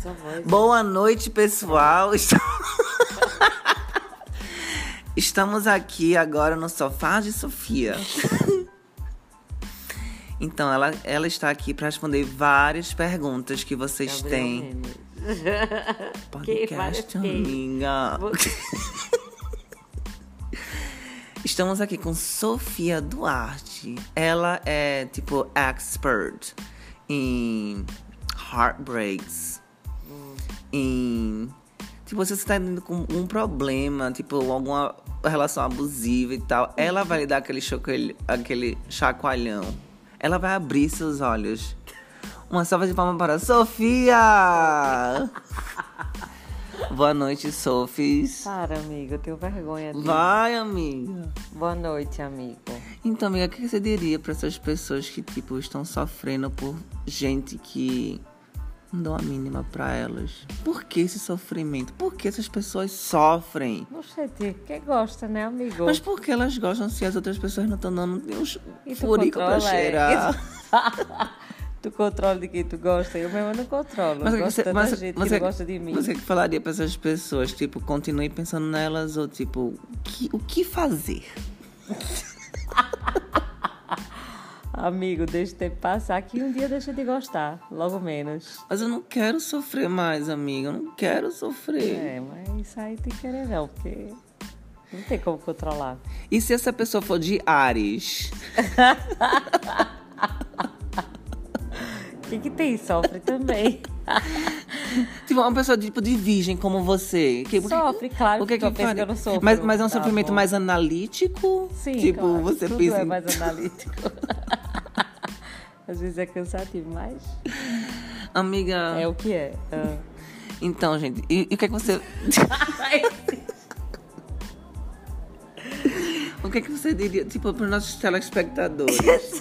essa voz. Boa noite, pessoal. Estamos aqui agora no sofá de Sofia. Então, ela está aqui para responder várias perguntas que vocês têm. Podcast, amiga. Estamos aqui com Sofia Duarte. Ela é, tipo, expert em heartbreaks. Em... Tipo, se você está indo com um problema, tipo, alguma relação abusiva e tal, ela vai lhe dar aquele chacoalhão. Ela vai abrir seus olhos. Uma salva de palmas para Sofia! Boa noite, Sofis. Para, amigo, eu tenho vergonha disso. Vai, amiga. Boa noite, amigo. Então, amiga, o que você diria para essas pessoas que, tipo, estão sofrendo por gente que não dá a mínima pra elas? Por que esse sofrimento? Por que essas pessoas sofrem? Oxente, quem gosta, né, amigo? Mas por que elas gostam se as outras pessoas não estão dando nenhum E tu furico pra controla, cheirar? Tu controla de quem tu gosta? Eu mesmo não controlo. Mas Eu gosto de tanta gente que não gosta de mim. Você que falaria pra essas pessoas, tipo, continue pensando nelas ou, tipo, o que fazer? Amigo, deixa o tempo passar que um dia deixa de gostar, logo menos. Mas eu não quero sofrer mais, amiga. Eu não quero sofrer. É, mas isso aí tem que querer não, porque não tem como controlar. E se essa pessoa for de Áries? O que tem? Sofre também. Tipo, uma pessoa tipo de virgem como você. Sofre, claro. Que eu penso que eu não sofro. Mas é um sofrimento mais analítico? Sim, tipo, claro, você tudo pensa... é mais analítico. Às vezes é cansativo, mas... Amiga... É o que é. Então, gente, e o que é que você... O que é que você diria, tipo, para os nossos telespectadores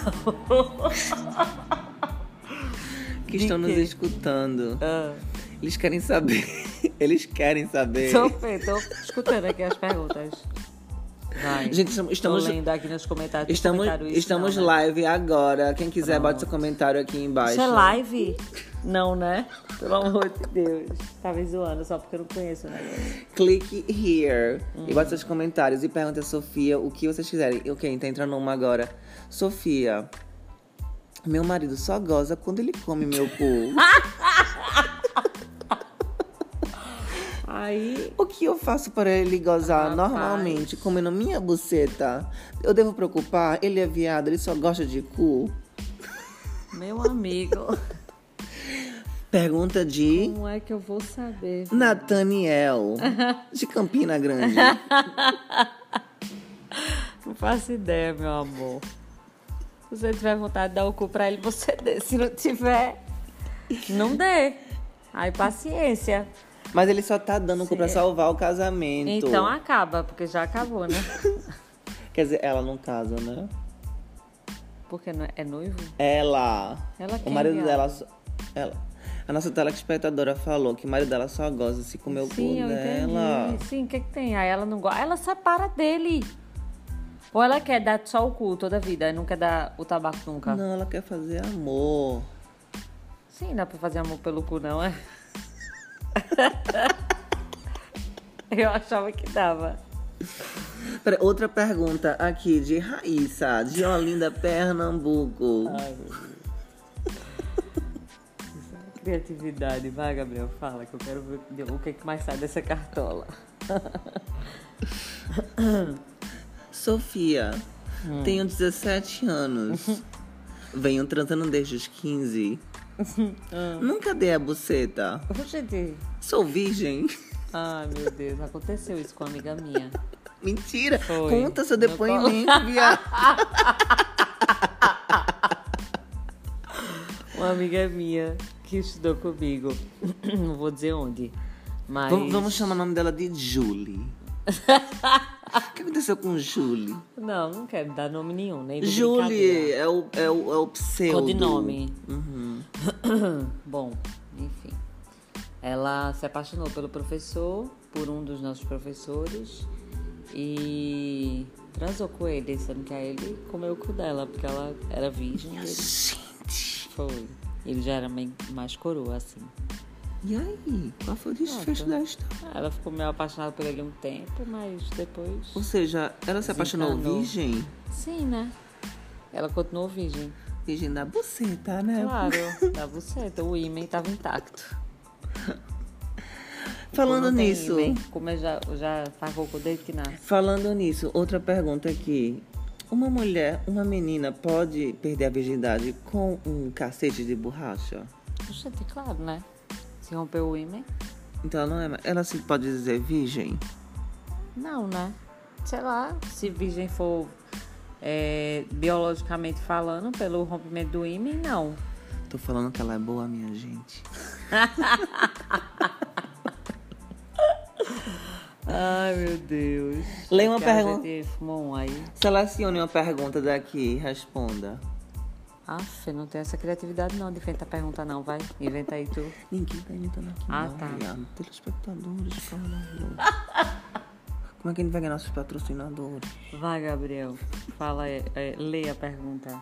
que estão nos escutando? Eles querem saber. Eles querem saber. Tô escutando aqui as perguntas. Vai. Gente, estamos lendo aqui nos comentários. Estamos live agora. Quem quiser, bota seu comentário aqui embaixo. Isso é live? Não, né? Pelo amor de Deus. Tá me zoando só porque eu não conheço o negócio. Clique here e bota seus comentários e pergunta a Sofia o que vocês quiserem. Ok, tá entrando uma agora. Sofia, meu marido só goza quando ele come meu cu. Aí... O que eu faço para ele gozar normalmente, comendo minha buceta? Eu devo preocupar? Ele é viado, ele só gosta de cu? Meu amigo... Pergunta de... Como é que eu vou saber? Nathaniel, de Campina Grande. Não faço ideia, meu amor. Se você tiver vontade de dar o cu pra ele, você dê. Se não tiver, não dê. Aí, paciência. Mas ele só tá dando o cu pra salvar o casamento. Então acaba, porque já acabou, né? Quer dizer, ela não casa, né? Porque não é noivo? Ela Quem, o marido viado? dela... A nossa telespectadora falou que o marido dela só gosta se comer o cu dela. Entendi. Sim, o que tem? Aí ela não gosta. Ela separa dele. Ou ela quer dar só o cu toda a vida e não quer dar o tabaco nunca? Não, ela quer fazer amor. Sim, não dá pra fazer amor pelo cu, não, é? Eu achava que dava. Pera, outra pergunta aqui de Raíssa, de Olinda, Pernambuco. Ai, meu Deus. Criatividade. Vai, Gabriel, fala que eu quero ver o que mais sai dessa cartola. Sofia, tenho 17 anos. Venho transando desde os 15. Nunca dei a buceta. Gente. Sou virgem. Ai, meu Deus, aconteceu isso com uma amiga minha. Mentira. Foi. Conta seu depoimento, viado. Uma amiga minha que estudou comigo. Não vou dizer onde, mas... Vamos chamar o nome dela de Julie. O que aconteceu com Julie? Não quero dar nome nenhum, nem de Julie é o pseudo. Codinome. Uhum. Bom, enfim. Ela se apaixonou pelo professor, por um dos nossos professores, e transou com ele, sendo que aí ele comeu o cu dela, porque ela era virgem. Gente. Foi. Ele já era mais coroa, assim. E aí? Qual foi o desfecho da história? Ela ficou meio apaixonada por ele um tempo, mas depois... Ou seja, ela se apaixonou desencanou. virgem? Sim, né? Ela continuou virgem. Virgem da buceta, né? Claro, da buceta. O ímen estava intacto. Falando Quando tem nisso... ímen, como já tacou com o desde que nasce. Falando nisso, outra pergunta aqui. Uma mulher, uma menina pode perder a virgindade com um cacete de borracha? Gente, claro, né? Se rompeu o ímen... Então ela não é... Ela se pode dizer virgem? Não, né? Sei lá, se virgem for biologicamente falando, pelo rompimento do ímen, não. Tô falando que ela é boa, minha gente. Ai, meu Deus. Leia uma Porque a pergunta. gente fumou um aí. Selecione uma pergunta daqui e responda. Aff, não tem essa criatividade não de inventar pergunta não, vai. Inventa aí tu. Ninguém tá imitando aqui, Ah, não, tá. viado. Telespectadores, fala. Como é que a gente vai ganhar nossos patrocinadores? Vai, Gabriel. Fala, lê a pergunta.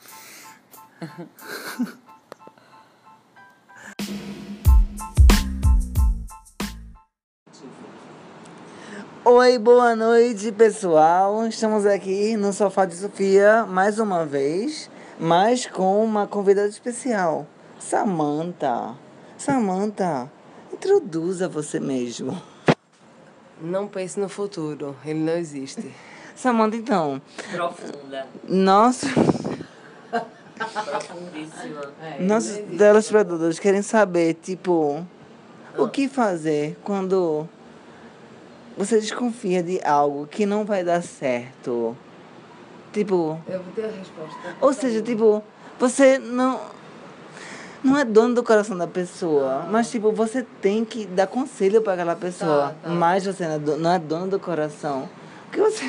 Oi, boa noite, pessoal. Estamos aqui no Sofá de Sofia mais uma vez, mas com uma convidada especial, Samantha. Samantha, introduza você mesmo. Não pense no futuro, ele não existe. Samantha, então, Profunda. nossa, Profundíssima. nossos telespectadores querem saber, tipo, o que fazer quando você desconfia de algo que não vai dar certo. Tipo, Eu vou ter a resposta. ou seja, tipo, você não é dono do coração da pessoa, mas tipo, você tem que dar conselho para aquela pessoa, Tá. mas você não é dono do coração. O que você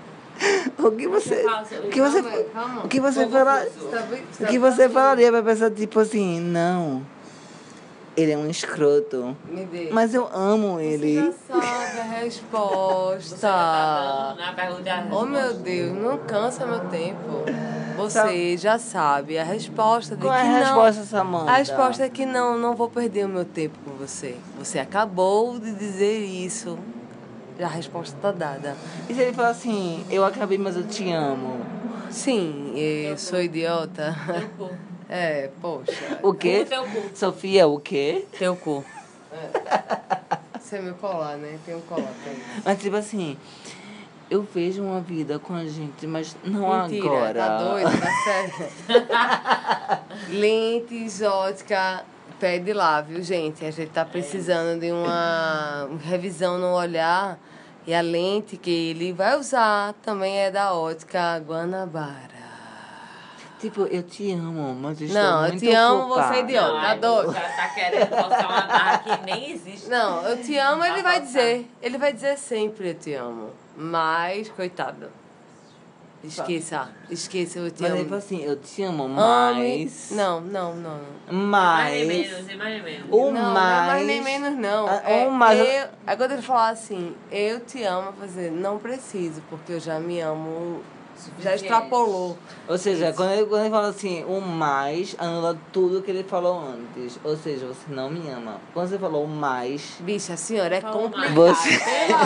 Calma. o que você fala, o que você falaria pra pessoa tipo assim, não, ele é um escroto, Me dê. mas eu amo ele. Você já sabe a resposta. Na pergunta Oh, meu Deus, não cansa meu tempo. Você já sabe a resposta de Qual que é a não. resposta, Samantha? A resposta é que não vou perder o meu tempo com você. Você acabou de dizer isso. Já a resposta tá dada. E se ele falar assim, eu acabei, mas eu te amo? Sim, eu sou idiota. É, poxa. O quê? Teu cu. Sofia, o quê? Teu cu. Você é meu colar, né? Tem um colar também. Mas tipo assim, eu vejo uma vida com a gente, mas não Mentira, agora. tá doido? Tá sério? Lentes, ótica, pede lá, viu, gente? A gente tá precisando de uma revisão no olhar. E a lente que ele vai usar também é da ótica Guanabara. Tipo, eu te amo, mas estou Não, eu muito te amo, ocupada. você é idiota. Tá doido? O cara tá querendo mostrar uma barra que nem existe. Não, eu te amo, ele vai dizer. Ele vai dizer sempre eu te amo. Mas, coitado. Esqueça, eu te Mas amo. ele fala assim, eu te amo, Ame- mas... Não. Mas... menos. O Não, não é mais... mais nem menos, não. Ah, É, o mais... aí quando ele falar assim, eu te amo, fazer, não preciso, porque eu já me amo, já extrapolou. Ou seja, quando ele fala assim, o mais, anula tudo que ele falou antes. Ou seja, você não me ama. Quando você falou o mais... Bicha, a senhora é Fala mais. complicada. Você...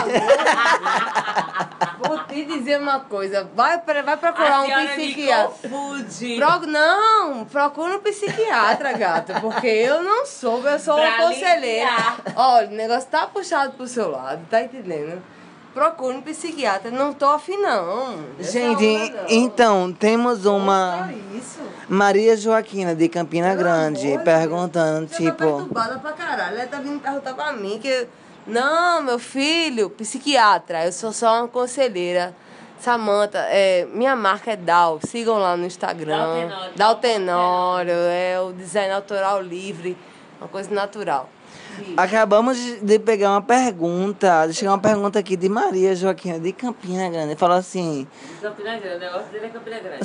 Vou te dizer uma coisa, vai procurar um psiquiatra. Confunde. Não, procura um psiquiatra, gata, porque eu não soube, eu sou uma Pra conselheira. aliviar. Olha, o negócio tá puxado pro seu lado, tá entendendo? Procura um psiquiatra, não tô afim não. Dessa Gente, onda, não. então, temos uma... Olha isso. Maria Joaquina, de Campina Pelo Grande, amor de perguntando, Deus. Você tá tipo... perturbada pra caralho, ela tá vindo perguntar pra mim que... Não, meu filho, psiquiatra, eu sou só uma conselheira. Samantha, minha marca é Dal, sigam lá no Instagram. Daltenório, é o design autoral livre, uma coisa natural. Acabamos de pegar uma pergunta, de chegar uma pergunta aqui de Maria Joaquina, de Campina Grande. Falou assim, Campina Grande, o negócio dele é Campina Grande.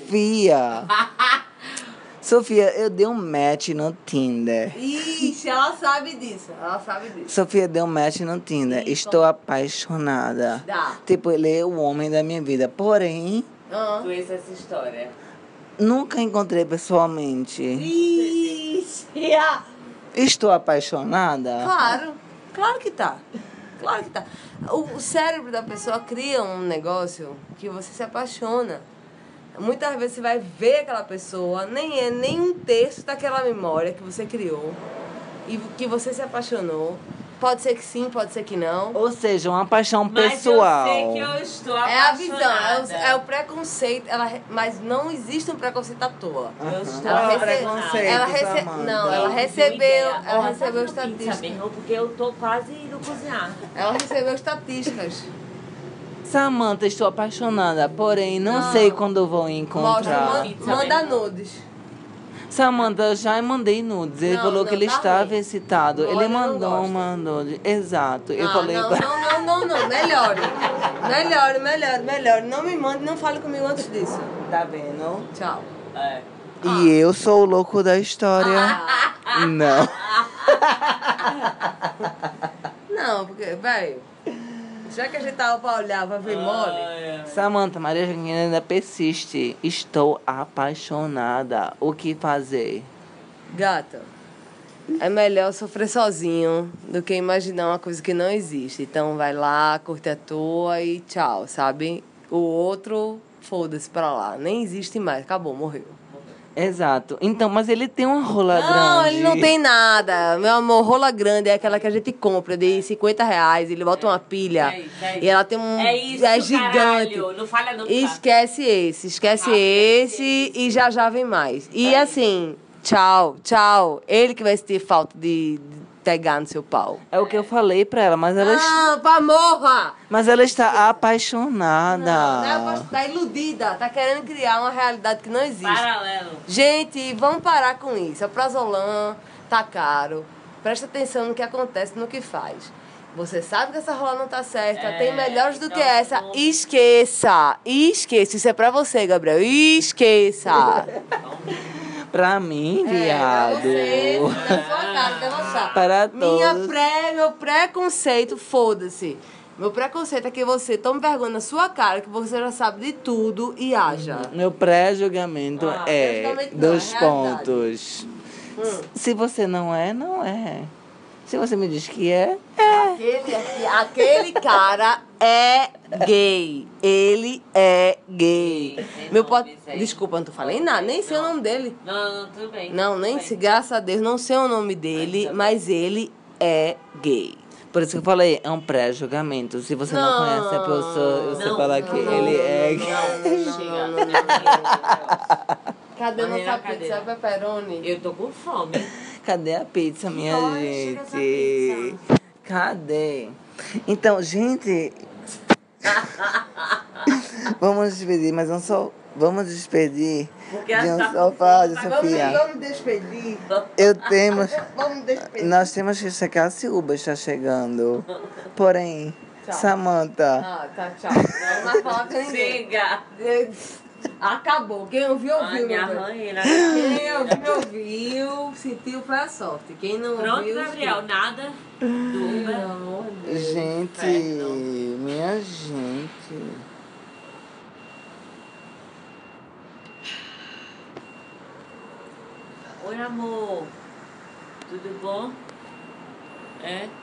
Sofia, eu dei um match no Tinder. Ixi, ela sabe disso, Sofia deu um match no Tinder. Estou apaixonada. Dá. Tipo, ele é o homem da minha vida. Porém, Conheço essa história. nunca encontrei pessoalmente. Ixi, Estou apaixonada? Claro, claro que tá. Claro que tá. O cérebro da pessoa cria um negócio que você se apaixona. Muitas vezes você vai ver aquela pessoa, nem é nem um terço daquela memória que você criou e que você se apaixonou. Pode ser que sim, pode ser que não. Ou seja, uma paixão Mas pessoal. eu sei que eu estou É a apaixonada. visão, é o preconceito, mas não existe um preconceito à toa. Eu estou Qual é o apaixonada. preconceito, Samantha? Não, ela recebeu estatísticas. Porque eu tô quase indo cozinhar. Ela recebeu estatísticas. Samantha, estou apaixonada, porém não, Não. sei quando vou Mostra, encontrar. manda nudes. Samantha, eu já mandei nudes. Ele Não, falou não, que ele tá estava ruim. excitado. Olha, Ele eu não mandou gosto. uma nude. Exato. Eu Ah, falei não, pra... não. Melhore. Não me mande, não fale comigo antes disso. Tá vendo? Tchau. É. E eu sou o louco da história. Ah. Não. Não, porque, velho, já que a gente tava pra olhar, vai ver mole. Samantha, Maria Joaquina ainda persiste. Estou apaixonada. O que fazer? Gata, é melhor sofrer sozinho do que imaginar uma coisa que não existe. Então vai lá, curte a toa e tchau, sabe? O outro, foda-se pra lá. Nem existe mais, acabou, morreu. Exato. Então, mas ele tem uma rola Não, grande. ele não tem nada. Meu amor, rola grande é aquela que a gente compra de R$50. Ele bota uma pilha. É isso, é isso. E ela tem um. É isso, é gigante. caralho. Não falha não, tá? Esquece esse e já vem mais. E assim, tchau. Ele que vai sentir falta de pegar no seu pau. É o que eu falei pra ela, mas ela, Ah, pra morra! mas ela está apaixonada. Não, tá iludida, tá querendo criar uma realidade que não existe. Paralelo. Gente, vamos parar com isso. A prazolam tá caro. Presta atenção no que acontece, no que faz. Você sabe que essa rola não tá certa. Tem melhores do que então, essa. não. Esqueça. Isso é pra você, Gabriel. Esqueça. Pra mim, Pra viado. você, na sua cara, debochar. Para todos. Meu preconceito, foda-se. Meu preconceito é que você tome vergonha na sua cara, que você já sabe de tudo e haja. Meu pré-julgamento é pré-julgamento não, dois é realidade. pontos. Se você não é, não é. Se você me diz que é, Aquele cara é gay. Ele é gay. Meu nome, sei. Desculpa, não tô falando nada. Nem sei o nome dele. Não, tudo bem. Não, nem Tudo se, bem. graças a Deus, não sei o nome dele, mas ele é gay. por isso que eu falei, é um pré-julgamento. Se você não conhece a pessoa, você fala que ele é. Cadê Mas nossa na cadeira. pizza pepperoni? Eu tô com fome. Cadê a pizza, minha hora chega essa gente? Cadê? Então, gente. Vamos despedir, mas não só. Vamos despedir Porque de um tá com sofá de fome. Sofia. Vamos despedir. Eu temos. Vamos despedir. Nós temos que checar se o Uber está chegando. Porém, Tchau. Samantha, Ah, tá, tchau. Não vai falar com ninguém. Chega. Acabou. Quem ouviu, Ai, ouviu. me meu bem. arranhei na Quem ouviu, sentiu, foi a sorte. Quem não Pronto, ouviu... Gabriel, nada do Uber. Pelo amor de Deus. gente, Inferno. minha gente. Oi, amor. Tudo bom? É?